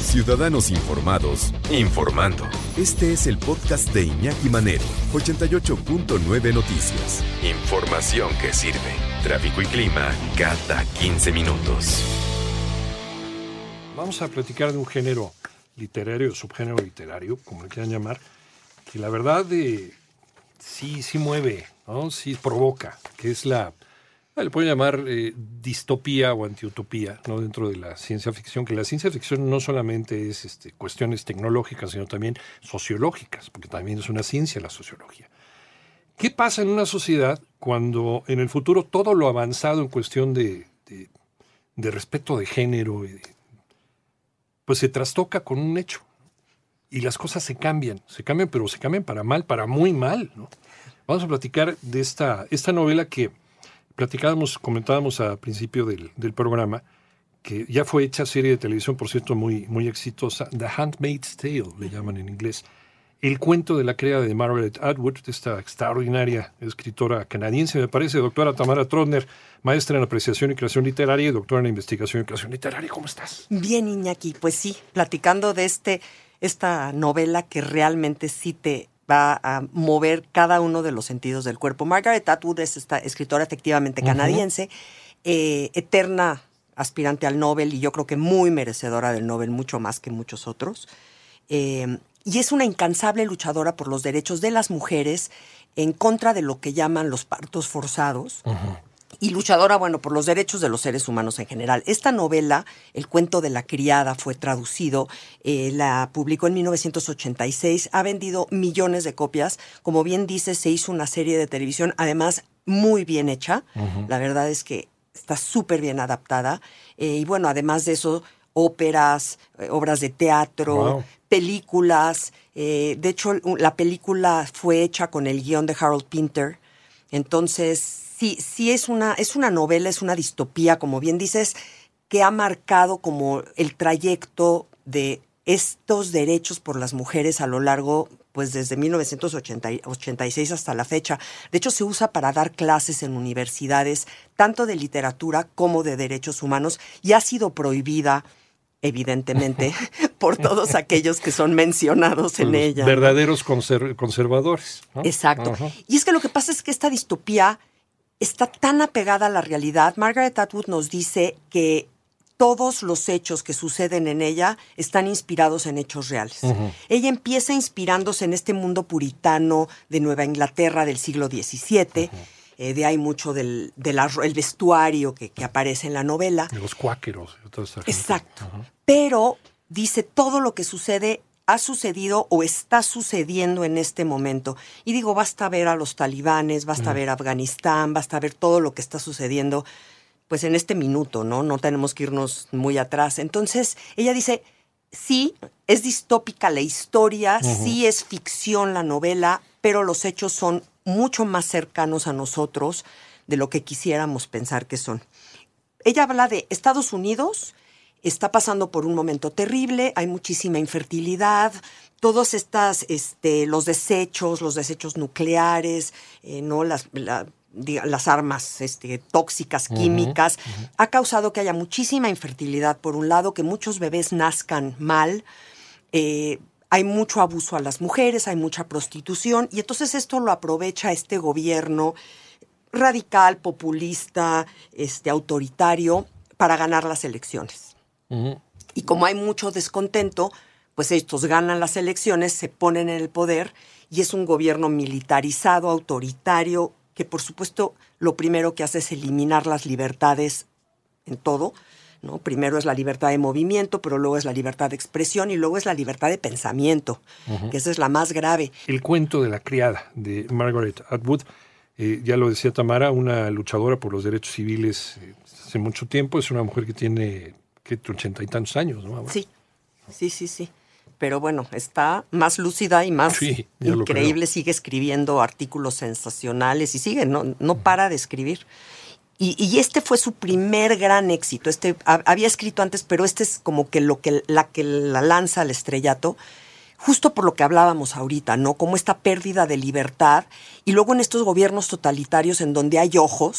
Ciudadanos informados, informando. Este es el podcast de Iñaki Manero, 88.9 Noticias. Información que sirve. Tráfico y clima cada 15 minutos. Vamos a platicar de un género literario, subgénero literario, como le quieran llamar, que la verdad sí mueve, ¿no? Sí provoca, que es le pueden llamar distopía o antiutopía, ¿no? Dentro de la ciencia ficción, que la ciencia ficción no solamente es cuestiones tecnológicas, sino también sociológicas, porque también es una ciencia la sociología. ¿Qué pasa en una sociedad cuando en el futuro todo lo avanzado en cuestión de respeto de género pues se trastoca con un hecho? Y las cosas se cambian, pero se cambian para mal, para muy mal, ¿no? Vamos a platicar de esta novela que comentábamos al principio del programa, que ya fue hecha serie de televisión, por cierto, muy, muy exitosa, The Handmaid's Tale, le llaman en inglés. El cuento de la criada de Margaret Atwood, esta extraordinaria escritora canadiense, me parece, doctora Tamara Trotner, maestra en apreciación y creación literaria y doctora en investigación y creación literaria. ¿Cómo estás? Bien, Iñaki, pues sí, platicando de esta novela que realmente sí te va a mover cada uno de los sentidos del cuerpo. Margaret Atwood es esta escritora efectivamente canadiense, eterna aspirante al Nobel y yo creo que muy merecedora del Nobel, mucho más que muchos otros. Y es una incansable luchadora por los derechos de las mujeres en contra de lo que llaman los partos forzados. Y luchadora, por los derechos de los seres humanos en general. Esta novela, El cuento de la criada, fue traducido, la publicó en 1986, ha vendido millones de copias. Como bien dice, se hizo una serie de televisión, además muy bien hecha. La verdad es que está súper bien adaptada. Y además de eso, óperas, obras de teatro, películas. De hecho, la película fue hecha con el guión de Harold Pinter. Entonces, sí es una novela, es una distopía, como bien dices, que ha marcado como el trayecto de estos derechos por las mujeres a lo largo, pues desde 1986 hasta la fecha. De hecho, se usa para dar clases en universidades, tanto de literatura como de derechos humanos, y ha sido prohibida, evidentemente, por todos aquellos que son mencionados en ella. Verdaderos conservadores, ¿no? Exacto. Y es que lo que pasa es que esta distopía está tan apegada a la realidad. Margaret Atwood nos dice que todos los hechos que suceden en ella están inspirados en hechos reales. Ella empieza inspirándose en este mundo puritano de Nueva Inglaterra del siglo XVII. De ahí mucho el vestuario que aparece en la novela. De los cuáqueros. Exacto. Pero dice todo lo que sucede ha sucedido o está sucediendo en este momento. Y digo, basta ver a los talibanes, basta ver a Afganistán, basta ver todo lo que está sucediendo, pues en este minuto, ¿no? No tenemos que irnos muy atrás. Entonces, ella dice, sí, es distópica la historia, sí es ficción la novela, pero los hechos son mucho más cercanos a nosotros de lo que quisiéramos pensar que son. Ella habla de Estados Unidos. Está pasando por un momento terrible, hay muchísima infertilidad, todos los desechos nucleares, ¿no? Las armas tóxicas, químicas, ha causado que haya muchísima infertilidad, por un lado, que muchos bebés nazcan mal, hay mucho abuso a las mujeres, hay mucha prostitución, y entonces esto lo aprovecha este gobierno radical, populista, autoritario, para ganar las elecciones. Y como hay mucho descontento, pues estos ganan las elecciones, se ponen en el poder y es un gobierno militarizado, autoritario, que por supuesto lo primero que hace es eliminar las libertades en todo, ¿no? Primero es la libertad de movimiento, pero luego es la libertad de expresión y luego es la libertad de pensamiento, que esa es la más grave. El cuento de la criada de Margaret Atwood, ya lo decía Tamara, una luchadora por los derechos civiles hace mucho tiempo, es una mujer que tiene 80 y tantos años, ¿no? Sí. Pero está más lúcida y más increíble, sigue escribiendo artículos sensacionales y sigue, no para de escribir. Y este fue su primer gran éxito. Había escrito antes, pero este es como que la lanza al estrellato, justo por lo que hablábamos ahorita, ¿no? Como esta pérdida de libertad y luego en estos gobiernos totalitarios en donde hay ojos,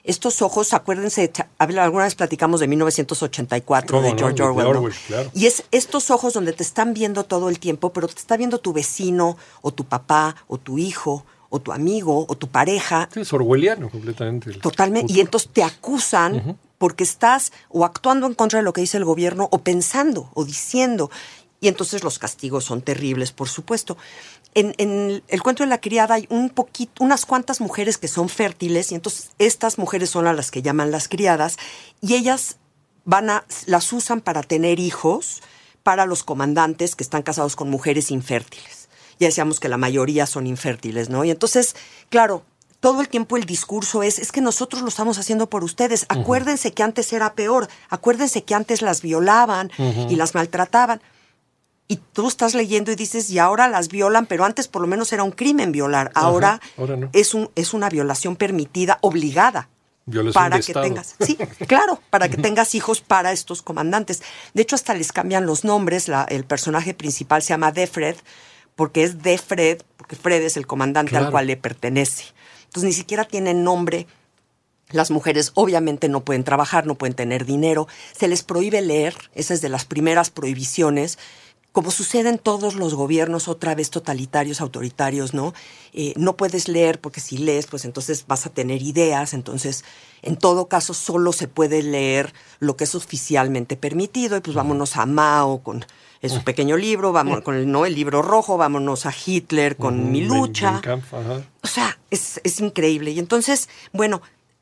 estos ojos, acuérdense, alguna vez platicamos de 1984 de George Orwell, ¿no? Claro. Y es estos ojos donde te están viendo todo el tiempo, pero te está viendo tu vecino, o tu papá, o tu hijo, o tu amigo, o tu pareja. Es orwelliano completamente. Totalmente. Y entonces te acusan porque estás o actuando en contra de lo que dice el gobierno, o pensando, o diciendo. Y entonces los castigos son terribles, por supuesto. En el cuento de la criada hay unas cuantas mujeres que son fértiles, y entonces estas mujeres son a las que llaman las criadas, y ellas las usan para tener hijos para los comandantes que están casados con mujeres infértiles. Ya decíamos que la mayoría son infértiles, ¿no? Y entonces, claro, todo el tiempo el discurso es que nosotros lo estamos haciendo por ustedes. Acuérdense que antes era peor. Acuérdense que antes las violaban y las maltrataban. Y tú estás leyendo y dices, y ahora las violan, pero antes por lo menos era un crimen violar. Ahora no. es una violación permitida, obligada. Violación para de que Estado. tengas, sí, claro, para que tengas hijos para estos comandantes. De hecho, hasta les cambian los nombres. El personaje principal se llama Defred, porque es Defred, porque Fred es el comandante al cual le pertenece. Entonces ni siquiera tienen nombre. Las mujeres obviamente no pueden trabajar, no pueden tener dinero. Se les prohíbe leer, esa es de las primeras prohibiciones. Como sucede en todos los gobiernos, otra vez totalitarios, autoritarios, ¿no? No puedes leer porque si lees, pues entonces vas a tener ideas. Entonces, en todo caso, solo se puede leer lo que es oficialmente permitido. Y pues vámonos a Mao con su pequeño libro, vamos con el libro rojo, vámonos a Hitler con Mi lucha. O sea, es increíble. Y entonces, bueno,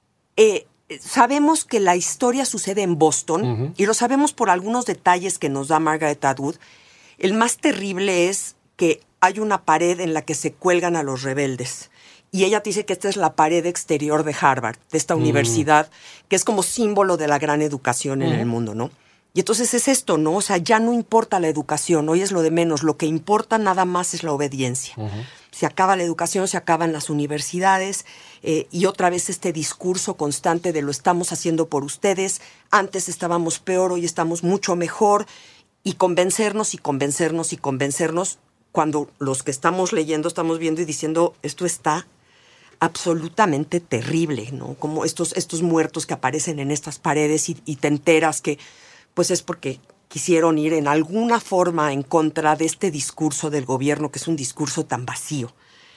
sabemos que la historia sucede en Boston y lo sabemos por algunos detalles que nos da Margaret Atwood. El más terrible es que hay una pared en la que se cuelgan a los rebeldes. Y ella te dice que esta es la pared exterior de Harvard, de esta universidad, que es como símbolo de la gran educación en el mundo, ¿no? Y entonces es esto, ¿no? O sea, ya no importa la educación, hoy es lo de menos. Lo que importa nada más es la obediencia. Se acaba la educación, se acaban las universidades, y otra vez este discurso constante de lo estamos haciendo por ustedes. Antes estábamos peor, hoy estamos mucho mejor. Y convencernos y convencernos y convencernos, cuando los que estamos leyendo estamos viendo y diciendo, esto está absolutamente terrible, ¿no? Como estos muertos que aparecen en estas paredes y te enteras que pues es porque quisieron ir en alguna forma en contra de este discurso del gobierno, que es un discurso tan vacío.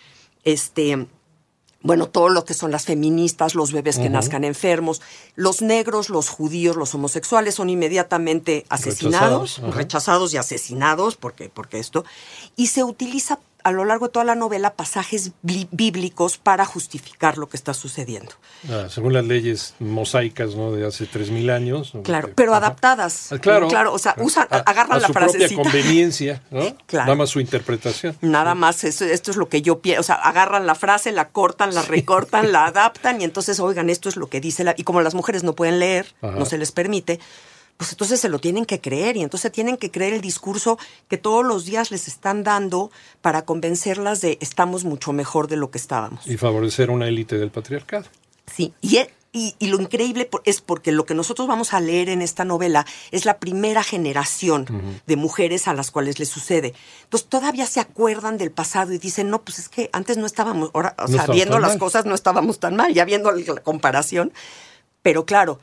Bueno, todo lo que son las feministas, los bebés que nazcan enfermos, los negros, los judíos, los homosexuales son inmediatamente asesinados, rechazados y asesinados, porque esto. Y se utiliza a lo largo de toda la novela pasajes bíblicos para justificar lo que está sucediendo. Según las leyes mosaicas, ¿no?, de hace 3,000 años. Claro, pero adaptadas. Claro, o sea, agarran la frasecita. A su propia conveniencia, ¿no? Claro. Nada más su interpretación. Nada más, esto es lo que yo pienso. O sea, agarran la frase, la cortan, la recortan, la adaptan, y entonces, oigan, esto es lo que dice y como las mujeres no pueden leer, no se les permite, pues entonces se lo tienen que creer, y entonces tienen que creer el discurso que todos los días les están dando para convencerlas de estamos mucho mejor de lo que estábamos. Y favorecer una élite del patriarcado. Sí, y lo increíble es porque lo que nosotros vamos a leer en esta novela es la primera generación de mujeres a las cuales les sucede. Entonces todavía se acuerdan del pasado y dicen, no, pues es que antes no estábamos, ahora, o sea, viendo las cosas no estábamos tan mal, ya viendo la comparación. Pero claro,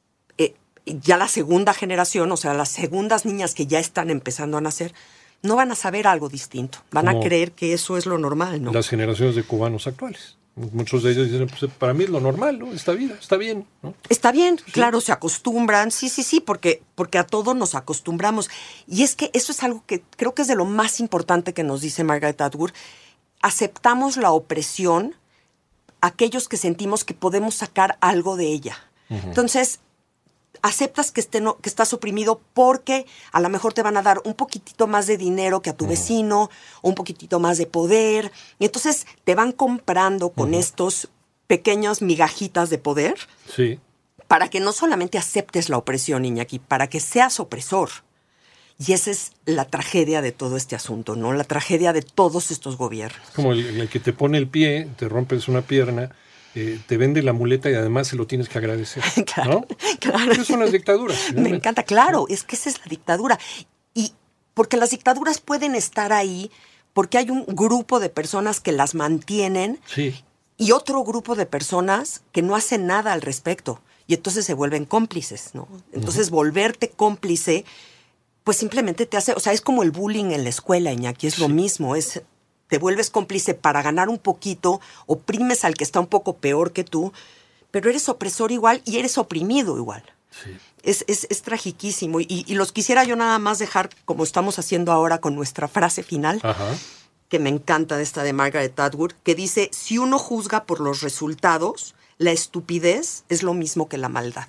ya la segunda generación, o sea, las segundas niñas que ya están empezando a nacer, no van a saber algo distinto. Van a creer que eso es lo normal, ¿no? Las generaciones de cubanos actuales. Muchos de ellos dicen, pues para mí es lo normal, ¿no? Esta vida, está bien, ¿no? Está bien, sí. Claro, se acostumbran, sí, porque a todo nos acostumbramos. Y es que eso es algo que creo que es de lo más importante que nos dice Margaret Atwood. Aceptamos la opresión, aquellos que sentimos que podemos sacar algo de ella. Entonces, aceptas que estás oprimido porque a lo mejor te van a dar un poquitito más de dinero que a tu vecino, o un poquitito más de poder, y entonces te van comprando con estos pequeños migajitas de poder, para que no solamente aceptes la opresión, Iñaki, para que seas opresor. Y esa es la tragedia de todo este asunto, ¿no? La tragedia de todos estos gobiernos. Como el que te pone el pie, te rompes una pierna, te vende la muleta y además se lo tienes que agradecer. Claro, ¿no? claro. Esas son las dictaduras. Me encanta, claro, es que esa es la dictadura. Y porque las dictaduras pueden estar ahí porque hay un grupo de personas que las mantienen. Sí. y otro grupo de personas que no hacen nada al respecto. Y entonces se vuelven cómplices, ¿no? Entonces volverte cómplice, pues simplemente te hace, o sea, es como el bullying en la escuela, Iñaki, es lo mismo, te vuelves cómplice para ganar un poquito, oprimes al que está un poco peor que tú, pero eres opresor igual y eres oprimido igual. Sí. Es tragiquísimo. Y los quisiera yo nada más dejar, como estamos haciendo ahora con nuestra frase final, que me encanta, de esta de Margaret Atwood, que dice, si uno juzga por los resultados, la estupidez es lo mismo que la maldad.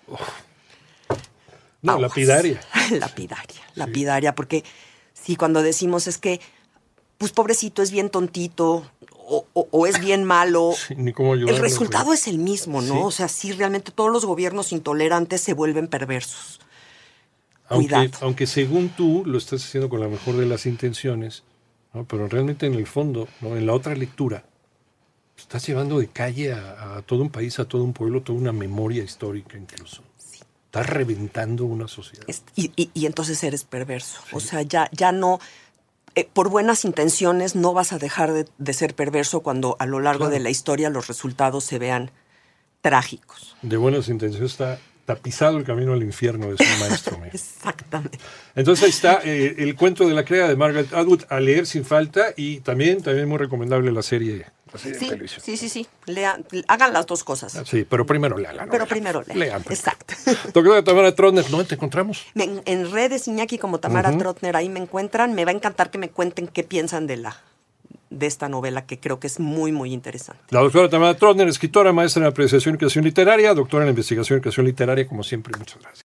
No, lapidaria. Lapidaria, porque sí, cuando decimos es que, pues pobrecito, es bien tontito, o es bien malo, sí, ni cómo ayudarlo, el resultado es el mismo, ¿no? Sí. O sea, sí, realmente todos los gobiernos intolerantes se vuelven perversos. Aunque según tú lo estás haciendo con la mejor de las intenciones, ¿no? Pero realmente en el fondo, ¿no? En la otra lectura, estás llevando de calle a todo un país, a todo un pueblo, toda una memoria histórica incluso. Sí. Estás reventando una sociedad. Y entonces eres perverso. Sí. O sea, ya no... por buenas intenciones no vas a dejar de ser perverso cuando a lo largo de la historia los resultados se vean trágicos. De buenas intenciones está tapizado el camino al infierno, es un maestro mío. Exactamente. Entonces ahí está el cuento de la crea de Margaret Atwood, a leer sin falta, y también muy recomendable la serie de televisión. Sí. Hagan las dos cosas. Sí, pero primero lean la novela. Pero primero lean. Exacto. Doctora Tamara Trotner, ¿dónde te encontramos? En redes, Iñaki, como Tamara Trotner, ahí me encuentran. Me va a encantar que me cuenten qué piensan de esta novela, que creo que es muy, muy interesante. La doctora Tamara Trotner, escritora, maestra en apreciación y creación literaria, doctora en investigación y creación literaria, como siempre, muchas gracias.